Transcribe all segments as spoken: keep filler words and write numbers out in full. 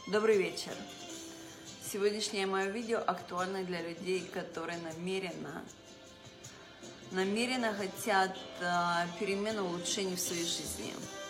Добрый вечер! Сегодняшнее мое видео актуально для людей, которые намеренно, намеренно хотят а, перемен и улучшений в своей жизни.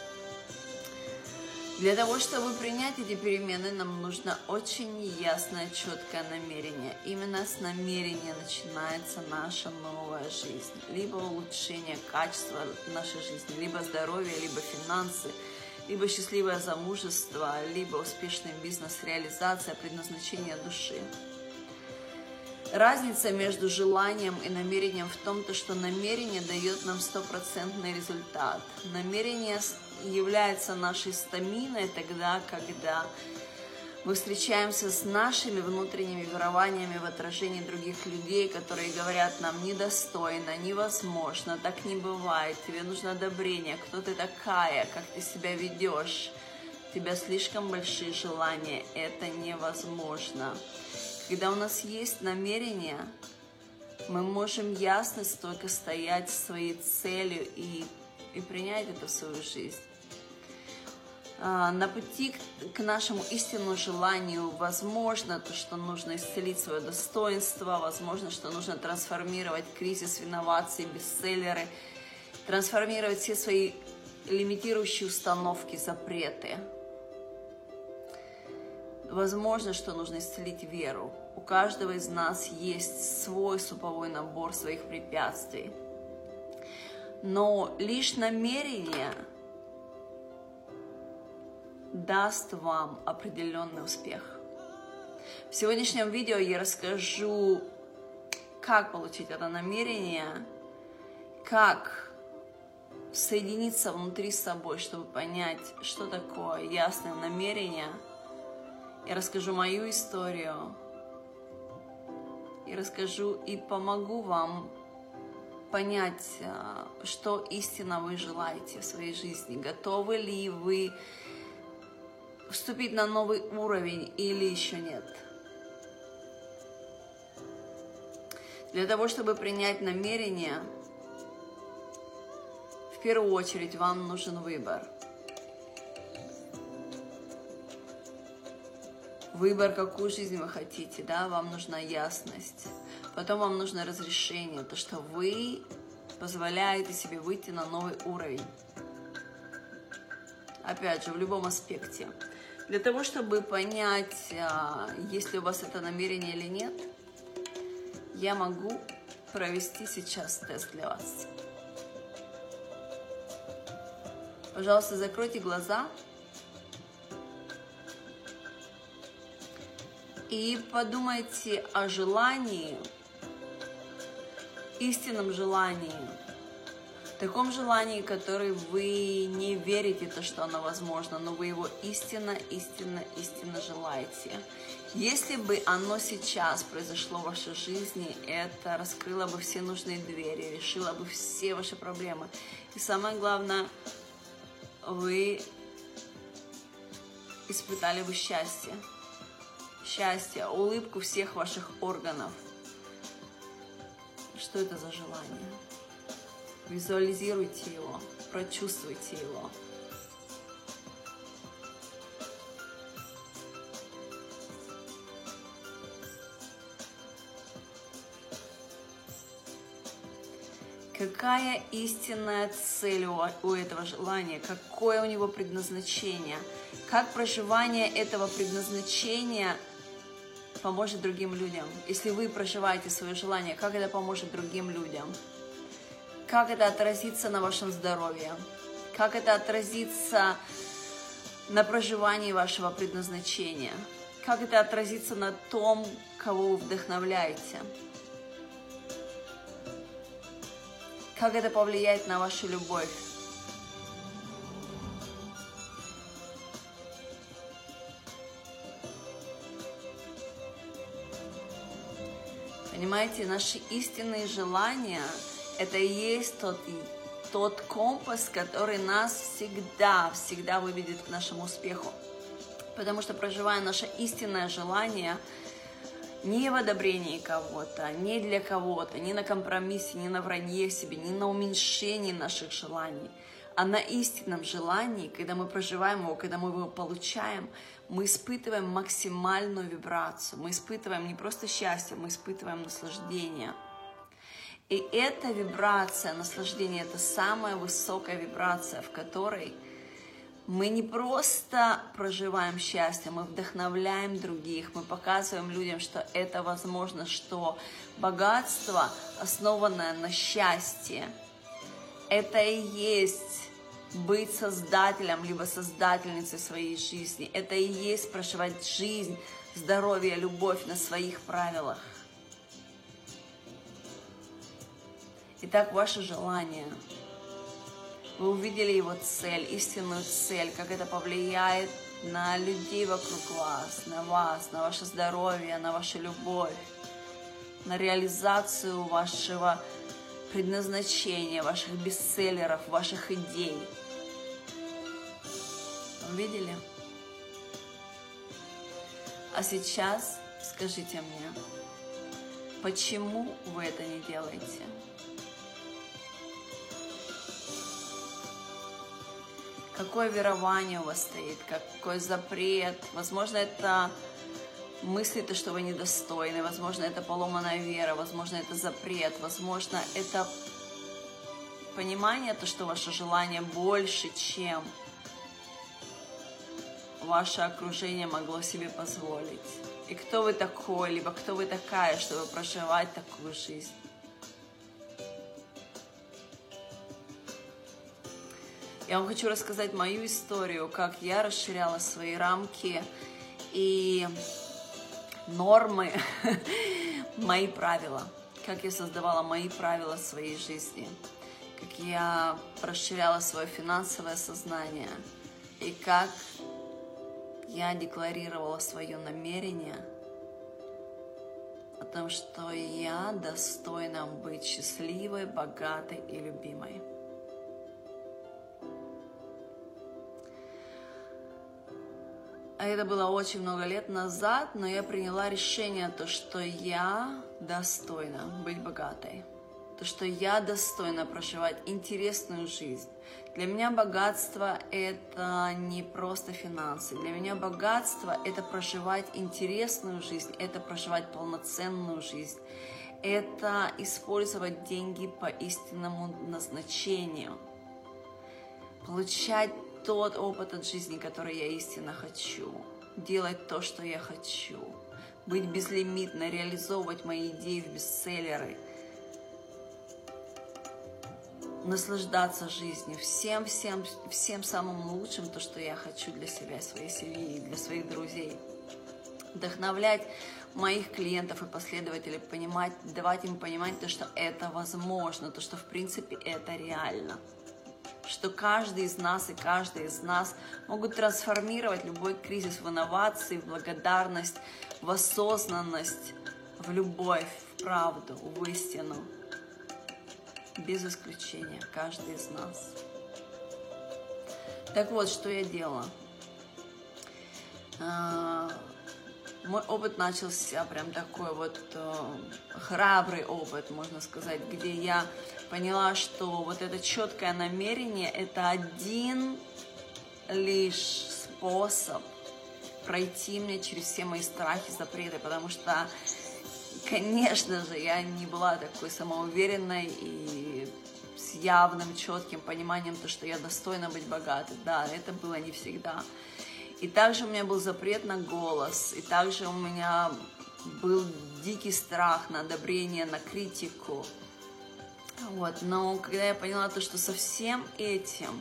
Для того, чтобы принять эти перемены, нам нужно очень ясное, четкое намерение. Именно с намерения начинается наша новая жизнь. Либо улучшение качества нашей жизни, либо здоровье, либо финансы, либо счастливое замужество, либо успешный бизнес, реализация предназначения души. Разница между желанием и намерением в том, что намерение дает нам стопроцентный результат. Намерение является нашей стаминой тогда, когда мы встречаемся с нашими внутренними верованиями в отражении других людей, которые говорят нам: недостойно, невозможно, так не бывает, тебе нужно одобрение, кто ты такая, как ты себя ведешь, у тебя слишком большие желания, это невозможно. Когда у нас есть намерение, мы можем ясно, стойко стоять своей целью и, и принять это в свою жизнь. На пути к нашему истинному желанию возможно то, что нужно исцелить свое достоинство, возможно, что нужно трансформировать кризис, виновации, бестселлеры, трансформировать все свои лимитирующие установки, запреты. Возможно, что нужно исцелить веру. У каждого из нас есть свой суповой набор своих препятствий. Но лишь намерение даст вам определенный успех. В сегодняшнем видео я расскажу, как получить это намерение, как соединиться внутри с собой, чтобы понять, что такое ясное намерение. Я расскажу мою историю, и расскажу и помогу вам понять, что истинно вы желаете в своей жизни. Готовы ли вы вступить на новый уровень или еще нет. Для того, чтобы принять намерение, в первую очередь вам нужен выбор. Выбор, какую жизнь вы хотите, да, вам нужна ясность. Потом вам нужно разрешение, то, что вы позволяете себе выйти на новый уровень. Опять же, в любом аспекте. Для того, чтобы понять, есть ли у вас это намерение или нет, я могу провести сейчас тест для вас. Пожалуйста, закройте глаза и подумайте о желании, истинном желании, таком желании, которое вы не верите, то, что оно возможно, но вы его истинно, истинно, истинно желаете. Если бы оно сейчас произошло в вашей жизни, это раскрыло бы все нужные двери, решило бы все ваши проблемы. И самое главное, вы испытали бы счастье. Счастье, улыбку всех ваших органов. Что это за желание? Визуализируйте его, прочувствуйте его. Какая истинная цель у, у этого желания? Какое у него предназначение? Как проживание этого предназначения поможет другим людям? Если вы проживаете свое желание, как это поможет другим людям? Как это отразится на вашем здоровье? Как это отразится на проживании вашего предназначения? Как это отразится на том, кого вы вдохновляете? Как это повлияет на вашу любовь? Понимаете, наши истинные желания – это и есть тот, тот компас, который нас всегда, всегда выведет к нашему успеху. Потому что, проживая наше истинное желание, не в одобрении кого-то, не для кого-то, не на компромиссе, не на вранье себе, не на уменьшении наших желаний, А на истинном желании, когда мы проживаем его, когда мы его получаем, мы испытываем максимальную вибрацию. Мы испытываем не просто счастье, мы испытываем наслаждение. И эта вибрация, наслаждение, это самая высокая вибрация, в которой мы не просто проживаем счастье, мы вдохновляем других, мы показываем людям, что это возможно, что богатство, основанное на счастье, это и есть быть создателем, либо создательницей своей жизни. Это и есть проживать жизнь, здоровье, любовь на своих правилах. Итак, ваше желание. Вы увидели его цель, истинную цель, как это повлияет на людей вокруг вас, на вас, на ваше здоровье, на вашу любовь, на реализацию вашего предназначения, ваших бестселлеров, ваших идей. Увидели? А сейчас скажите мне, почему вы это не делаете? Какое верование у вас стоит, какой запрет? Возможно, это мысли, то, что вы недостойны, возможно, это поломанная вера, возможно, это запрет, возможно, это понимание, то, что ваше желание больше, чем ваше окружение могло себе позволить. И кто вы такой, либо кто вы такая, чтобы проживать такую жизнь. Я вам хочу рассказать мою историю, как я расширяла свои рамки и нормы, мои правила, как я создавала мои правила в своей жизни, как я расширяла свое финансовое сознание и как я декларировала свое намерение о том, что я достойна быть счастливой, богатой и любимой. А это было очень много лет назад, но я приняла решение, то, что я достойна быть богатой, то, что я достойна проживать интересную жизнь. Для меня богатство – это не просто финансы. Для меня богатство – это проживать интересную жизнь, это проживать полноценную жизнь, это использовать деньги по истинному назначению, получать тот опыт от жизни, который я истинно хочу, делать то, что я хочу, быть безлимитно, реализовывать мои идеи в бестселлеры, наслаждаться жизнью, всем, всем, всем самым лучшим, то, что я хочу для себя, своей семьи, для своих друзей. Вдохновлять моих клиентов и последователей, понимать, давать им понимать то, что это возможно, то, что в принципе это реально. Что каждый из нас и каждый из нас могут трансформировать любой кризис в инновации, в благодарность, в осознанность, в любовь, в правду, в истину. Без исключения, каждый из нас. Так вот, что я делала. Мой опыт начался прям такой вот храбрый опыт, можно сказать, где я поняла, что вот это четкое намерение – это один лишь способ пройти мне через все мои страхи, запреты, потому что, конечно же, я не была такой самоуверенной и с явным, четким пониманием, то, что я достойна быть богатой. Да, это было не всегда. И также у меня был запрет на голос, и также у меня был дикий страх на одобрение, на критику. Вот. Но когда я поняла то, что со всем этим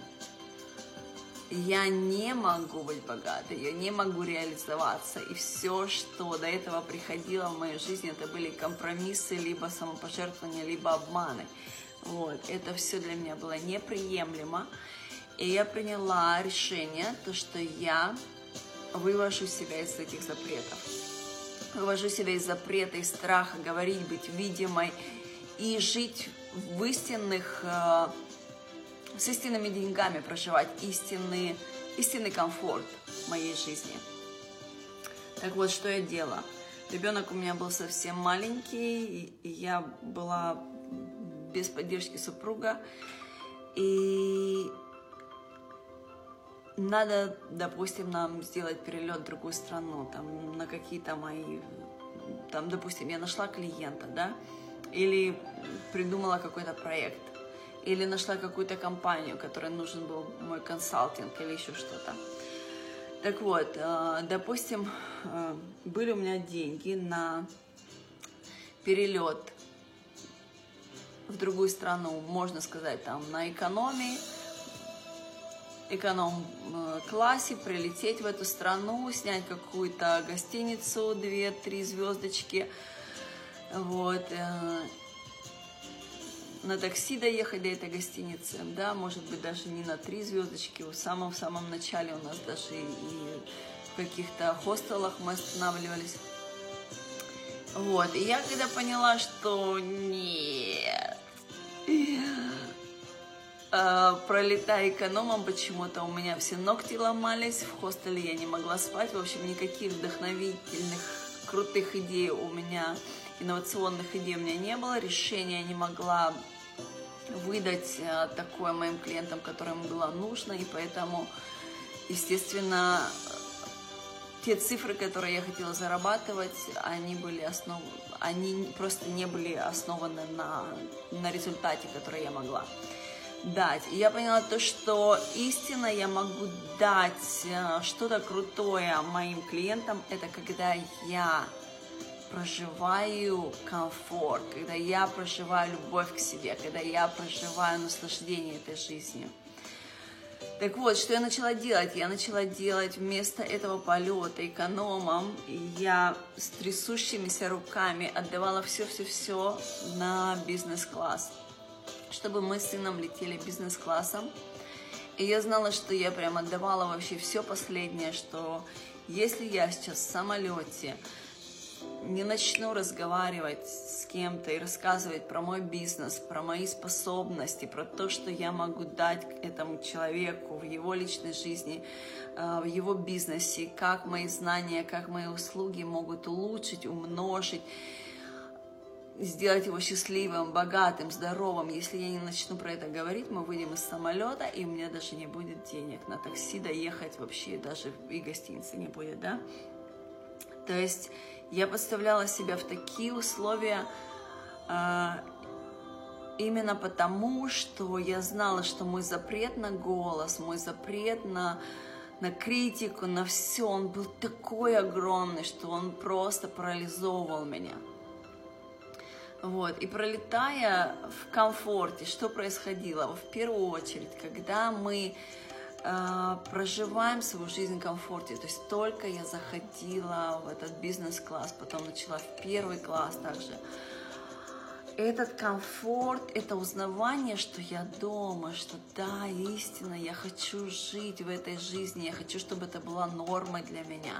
я не могу быть богатой, я не могу реализоваться, и все, что до этого приходило в мою жизнь, это были компромиссы, либо самопожертвования, либо обманы. Вот. Это все для меня было неприемлемо. И я приняла решение, то, что я вывожу себя из этих запретов. Вывожу себя из запрета, из страха говорить, быть видимой и жить в истинных, с истинными деньгами, проживать истинный, истинный комфорт в моей жизни. Так вот, что я делала. Ребенок у меня был совсем маленький, и я была без поддержки супруга. И надо, допустим, нам сделать перелет в другую страну, там, на какие-то мои, там, допустим, я нашла клиента, да, или придумала какой-то проект, или нашла какую-то компанию, которой нужен был мой консалтинг или еще что-то. Так вот, допустим, были у меня деньги на перелет в другую страну, можно сказать, там, на экономии, эконом-классе, прилететь в эту страну, снять какую-то гостиницу, две-три звездочки, вот, на такси доехать до этой гостиницы, да, может быть, даже не на три звездочки, в самом-самом начале у нас даже и в каких-то хостелах мы останавливались. Вот, и я когда поняла, что нет, пролетая экономом, почему-то у меня все ногти ломались, в хостеле я не могла спать, в общем, никаких вдохновительных, крутых идей у меня, инновационных идей у меня не было, решения не могла выдать такое моим клиентам, которым было нужно, и поэтому, естественно, те цифры, которые я хотела зарабатывать, они были основ... они просто не были основаны на, на результате, который я могла дать. И я поняла то, что истинно я могу дать что-то крутое моим клиентам, это когда я проживаю комфорт, когда я проживаю любовь к себе, когда я проживаю наслаждение этой жизнью. Так вот, что я начала делать? Я начала делать вместо этого полета экономом, я с трясущимися руками отдавала все-все-все на бизнес-класс, чтобы мы с сыном летели бизнес-классом. И я знала, что я прям отдавала вообще все последнее, что если я сейчас в самолете не начну разговаривать с кем-то и рассказывать про мой бизнес, про мои способности, про то, что я могу дать этому человеку в его личной жизни, в его бизнесе, как мои знания, как мои услуги могут улучшить, умножить, сделать его счастливым, богатым, здоровым. Если я не начну про это говорить, мы выйдем из самолета, и у меня даже не будет денег на такси доехать вообще, даже и гостиницы не будет, да? То есть я подставляла себя в такие условия э, именно потому, что я знала, что мой запрет на голос, мой запрет на, на критику, на все, он был такой огромный, что он просто парализовывал меня. Вот. И пролетая в комфорте, что происходило? В первую очередь, когда мы э, проживаем свою жизнь в комфорте, то есть только я заходила в этот бизнес-класс, потом начала в первый класс также, этот комфорт, это узнавание, что я дома, что да, истинно, я хочу жить в этой жизни, я хочу, чтобы это была нормой для меня.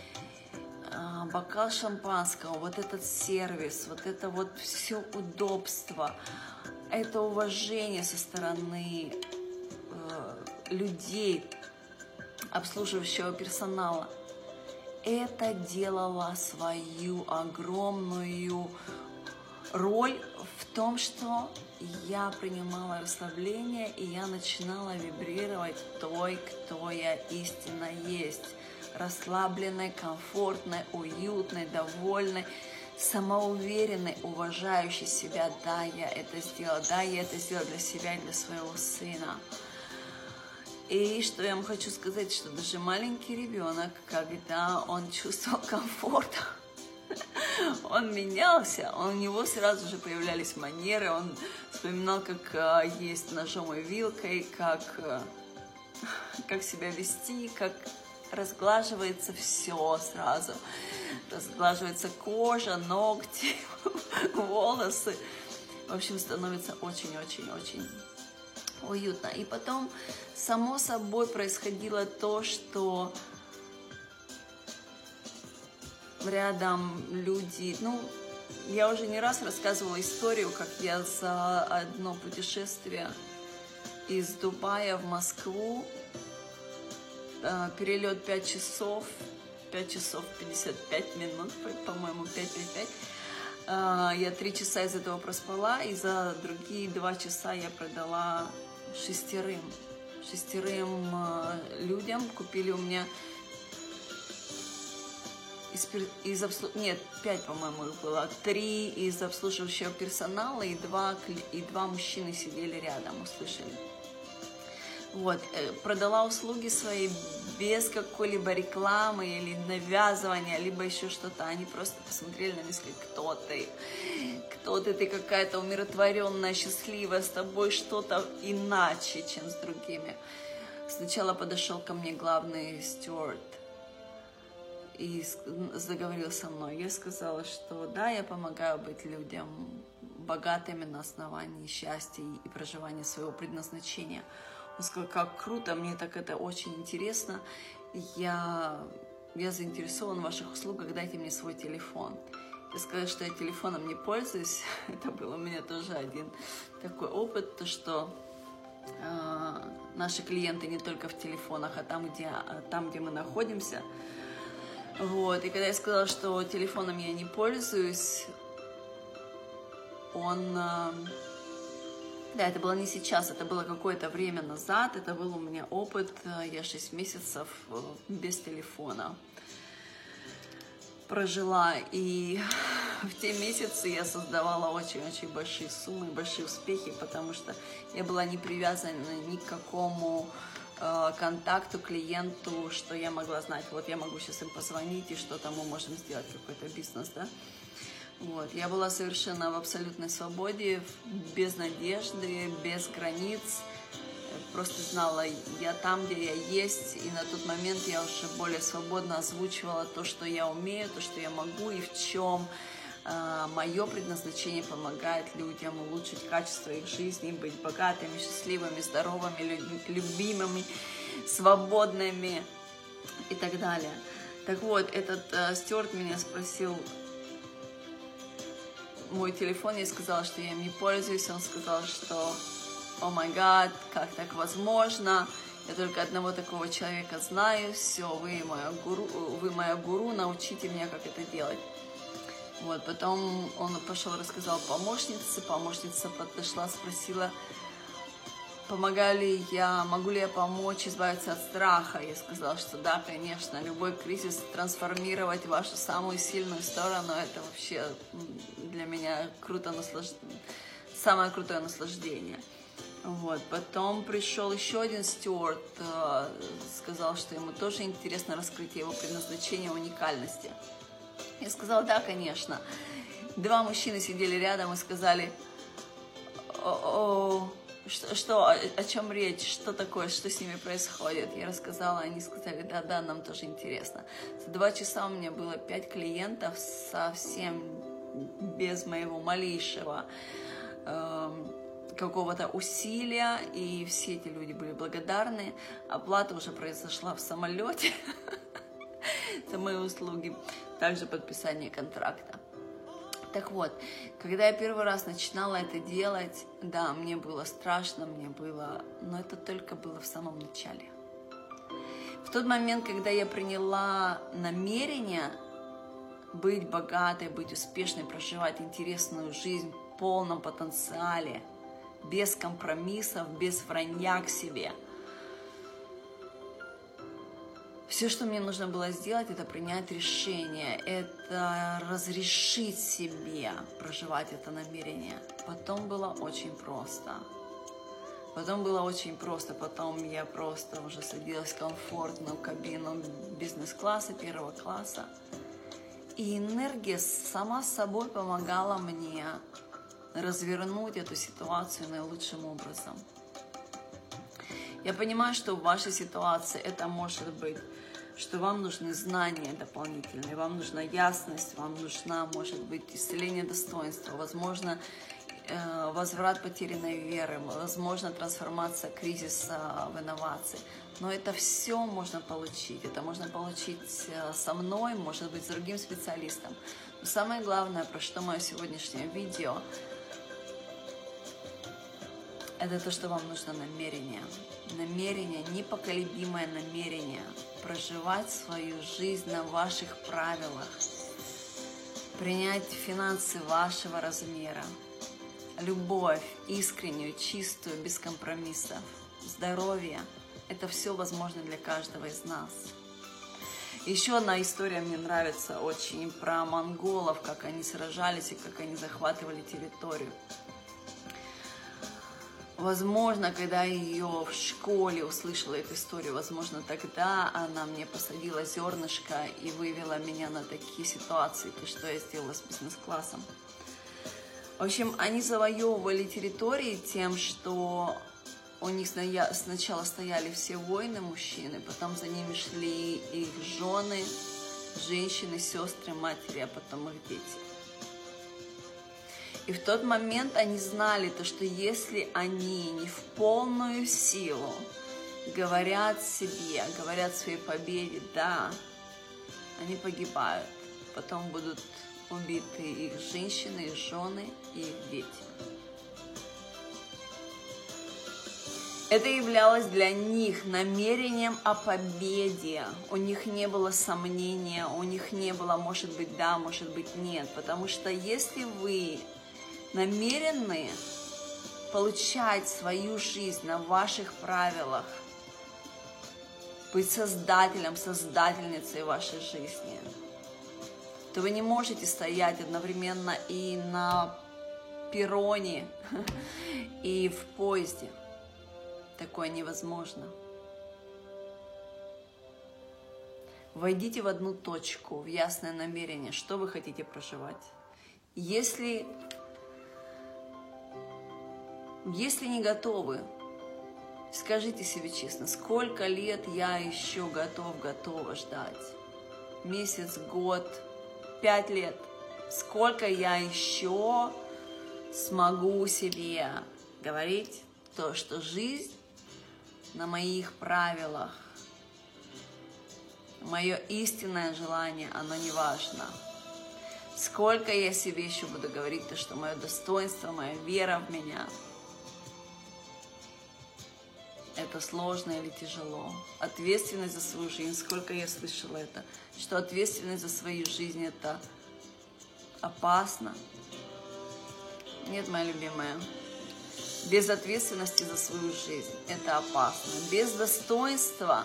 Бокал шампанского, вот этот сервис, вот это вот все удобство, это уважение со стороны э, людей, обслуживающего персонала. Это делало свою огромную роль в том, что я принимала расслабление, и я начинала вибрировать той, кто я истинно есть. Расслабленной, комфортной, уютной, довольной, самоуверенной, уважающей себя. Да, я это сделала, да, я это сделала для себя и для своего сына. И что я вам хочу сказать, что даже маленький ребенок, когда он чувствовал комфорт, он менялся, у него сразу же появлялись манеры, он вспоминал, как есть ножом и вилкой, как, как себя вести, как разглаживается все сразу, разглаживается кожа, ногти, волосы, в общем, становится очень-очень-очень уютно. И потом, само собой, происходило то, что рядом люди, ну, я уже не раз рассказывала историю, как я за одно путешествие из Дубая в Москву, перелет пять часов, пять часов пятьдесят пять минут, по-моему, пять пять пять. Я три часа из этого проспала, и за другие два часа я продала шестерым. шестерым людям, купили у меня из, из обслуж... нет, пять, по-моему, их было, три из обслуживающего персонала и два, и два мужчины сидели рядом, услышали. Вот, продала услуги свои без какой-либо рекламы или навязывания, либо еще что-то. Они просто посмотрели на меня и сказали: кто ты? Кто ты? Ты какая-то умиротворенная, счастливая, с тобой что-то иначе, чем с другими. Сначала подошел ко мне главный стюард и заговорил со мной. Я сказала, что да, я помогаю быть людям богатыми на основании счастья и проживания своего предназначения. Он сказал: как круто, мне так это очень интересно, я, я заинтересован в ваших услугах, дайте мне свой телефон. Я сказала, что я телефоном не пользуюсь, это был у меня тоже один такой опыт, то что э, наши клиенты не только в телефонах, а там, где, там, где мы находимся. Вот. И когда я сказала, что телефоном я не пользуюсь, он... Э, Да, это было не сейчас, это было какое-то время назад, это был у меня опыт, я шесть месяцев без телефона прожила, и в те месяцы я создавала очень-очень большие суммы, большие успехи, потому что я была не привязана ни к какому э, контакту, клиенту, что я могла знать, вот я могу сейчас им позвонить, и что-то мы можем сделать, какой-то бизнес, да. Вот. Я была совершенно в абсолютной свободе, без надежды, без границ. Просто знала, я там, где я есть, и на тот момент я уже более свободно озвучивала то, что я умею, то, что я могу, и в чем э, мое предназначение помогает людям улучшить качество их жизни, быть богатыми, счастливыми, здоровыми, любимыми, свободными и так далее. Так вот, этот э, стюард меня спросил мой телефон, я сказала, что я им не пользуюсь, он сказал, что «О май гад, как так возможно? Я только одного такого человека знаю, все, вы моя гуру, вы моя гуру, научите меня, как это делать». Вот, потом он пошел, рассказал помощнице, помощница подошла, спросила, помогаю ли я, могу ли я помочь избавиться от страха. Я сказала, что да, конечно, любой кризис трансформировать в вашу самую сильную сторону, это вообще для меня круто, наслаж... самое крутое наслаждение. Вот. Потом пришел еще один стюард, сказал, что ему тоже интересно раскрытие его предназначения, уникальности. Я сказала, да, конечно. Два мужчины сидели рядом и сказали, о-о, Что, что о, о чем речь, что такое, что с ними происходит. Я рассказала, они сказали, да-да, нам тоже интересно. За два часа у меня было пять клиентов, совсем без моего малейшего э, какого-то усилия, и все эти люди были благодарны. Оплата уже произошла в самолете за мои услуги, также подписание контракта. Так вот, когда я первый раз начинала это делать, да, мне было страшно, мне было, но это только было в самом начале. В тот момент, когда я приняла намерение быть богатой, быть успешной, проживать интересную жизнь в полном потенциале, без компромиссов, без вранья к себе, все, что мне нужно было сделать, это принять решение, это разрешить себе проживать это намерение. Потом было очень просто. Потом было очень просто. Потом я просто уже садилась в комфортную кабину бизнес-класса, первого класса. И энергия сама собой помогала мне развернуть эту ситуацию наилучшим образом. Я понимаю, что в вашей ситуации это может быть, что вам нужны знания дополнительные, вам нужна ясность, вам нужна, может быть, исцеление достоинства, возможно, возврат потерянной веры, возможно, трансформация кризиса в инновации. Но это все можно получить. Это можно получить со мной, может быть, с другим специалистом. Но самое главное, про что мое сегодняшнее видео, это то, что вам нужно намерение. Намерение, непоколебимое намерение проживать свою жизнь на ваших правилах, принять финансы вашего размера, любовь искреннюю, чистую, без компромиссов, здоровье. Это все возможно для каждого из нас. Еще одна история мне нравится очень про монголов, как они сражались и как они захватывали территорию. Возможно, когда я ее в школе услышала эту историю, возможно, тогда она мне посадила зернышко и вывела меня на такие ситуации, что я сделала с бизнес-классом. В общем, они завоевывали территории тем, что у них сначала стояли все воины, мужчины, потом за ними шли их жены, женщины, сестры, матери, а потом их дети. И в тот момент они знали, то, что если они не в полную силу говорят себе, говорят своей победе, да, они погибают, потом будут убиты их женщины, их жены и их дети. Это являлось для них намерением о победе. У них не было сомнения, у них не было, может быть, да, может быть, нет. Потому что если вы намерены получать свою жизнь на ваших правилах, быть создателем, создательницей вашей жизни, то вы не можете стоять одновременно и на перроне, и в поезде. Такое невозможно. Войдите в одну точку, в ясное намерение, что вы хотите проживать. Если, если не готовы, скажите себе честно, сколько лет я еще готов, готова ждать? Месяц, год, пять лет. Сколько я еще смогу себе говорить то, что жизнь на моих правилах, мое истинное желание, оно не важно. Сколько я себе еще буду говорить то, что мое достоинство, моя вера в меня, это сложно или тяжело. Ответственность за свою жизнь, сколько я слышала это, что ответственность за свою жизнь это опасно. Нет, моя любимая. Без ответственности за свою жизнь это опасно. Без достоинства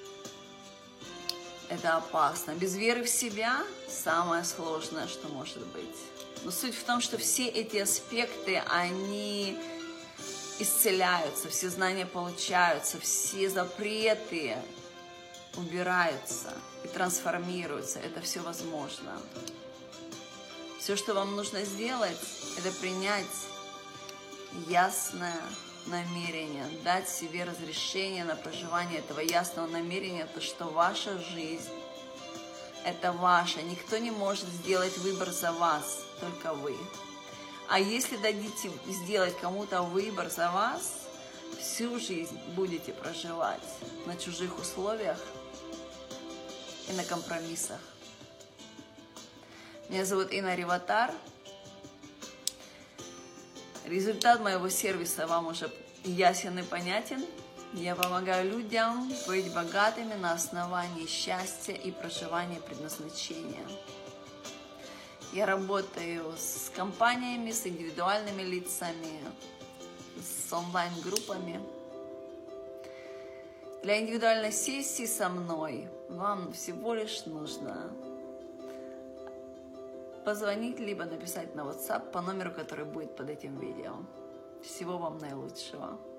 это опасно. Без веры в себя самое сложное, что может быть. Но суть в том, что все эти аспекты, они исцеляются, все знания получаются, все запреты убираются и трансформируются. Это все возможно. Все, что вам нужно сделать, это принять ясное намерение, дать себе разрешение на проживание этого ясного намерения, то, что ваша жизнь – это ваша. Никто не может сделать выбор за вас, только вы. А если дадите сделать кому-то выбор за вас, всю жизнь будете проживать на чужих условиях и на компромиссах. Меня зовут Инна Риватар. Результат моего сервиса вам уже ясен и понятен. Я помогаю людям быть богатыми на основании счастья и проживания предназначения. Я работаю с компаниями, с индивидуальными лицами, с онлайн-группами. Для индивидуальной сессии со мной вам всего лишь нужно позвонить, либо написать на WhatsApp по номеру, который будет под этим видео. Всего вам наилучшего.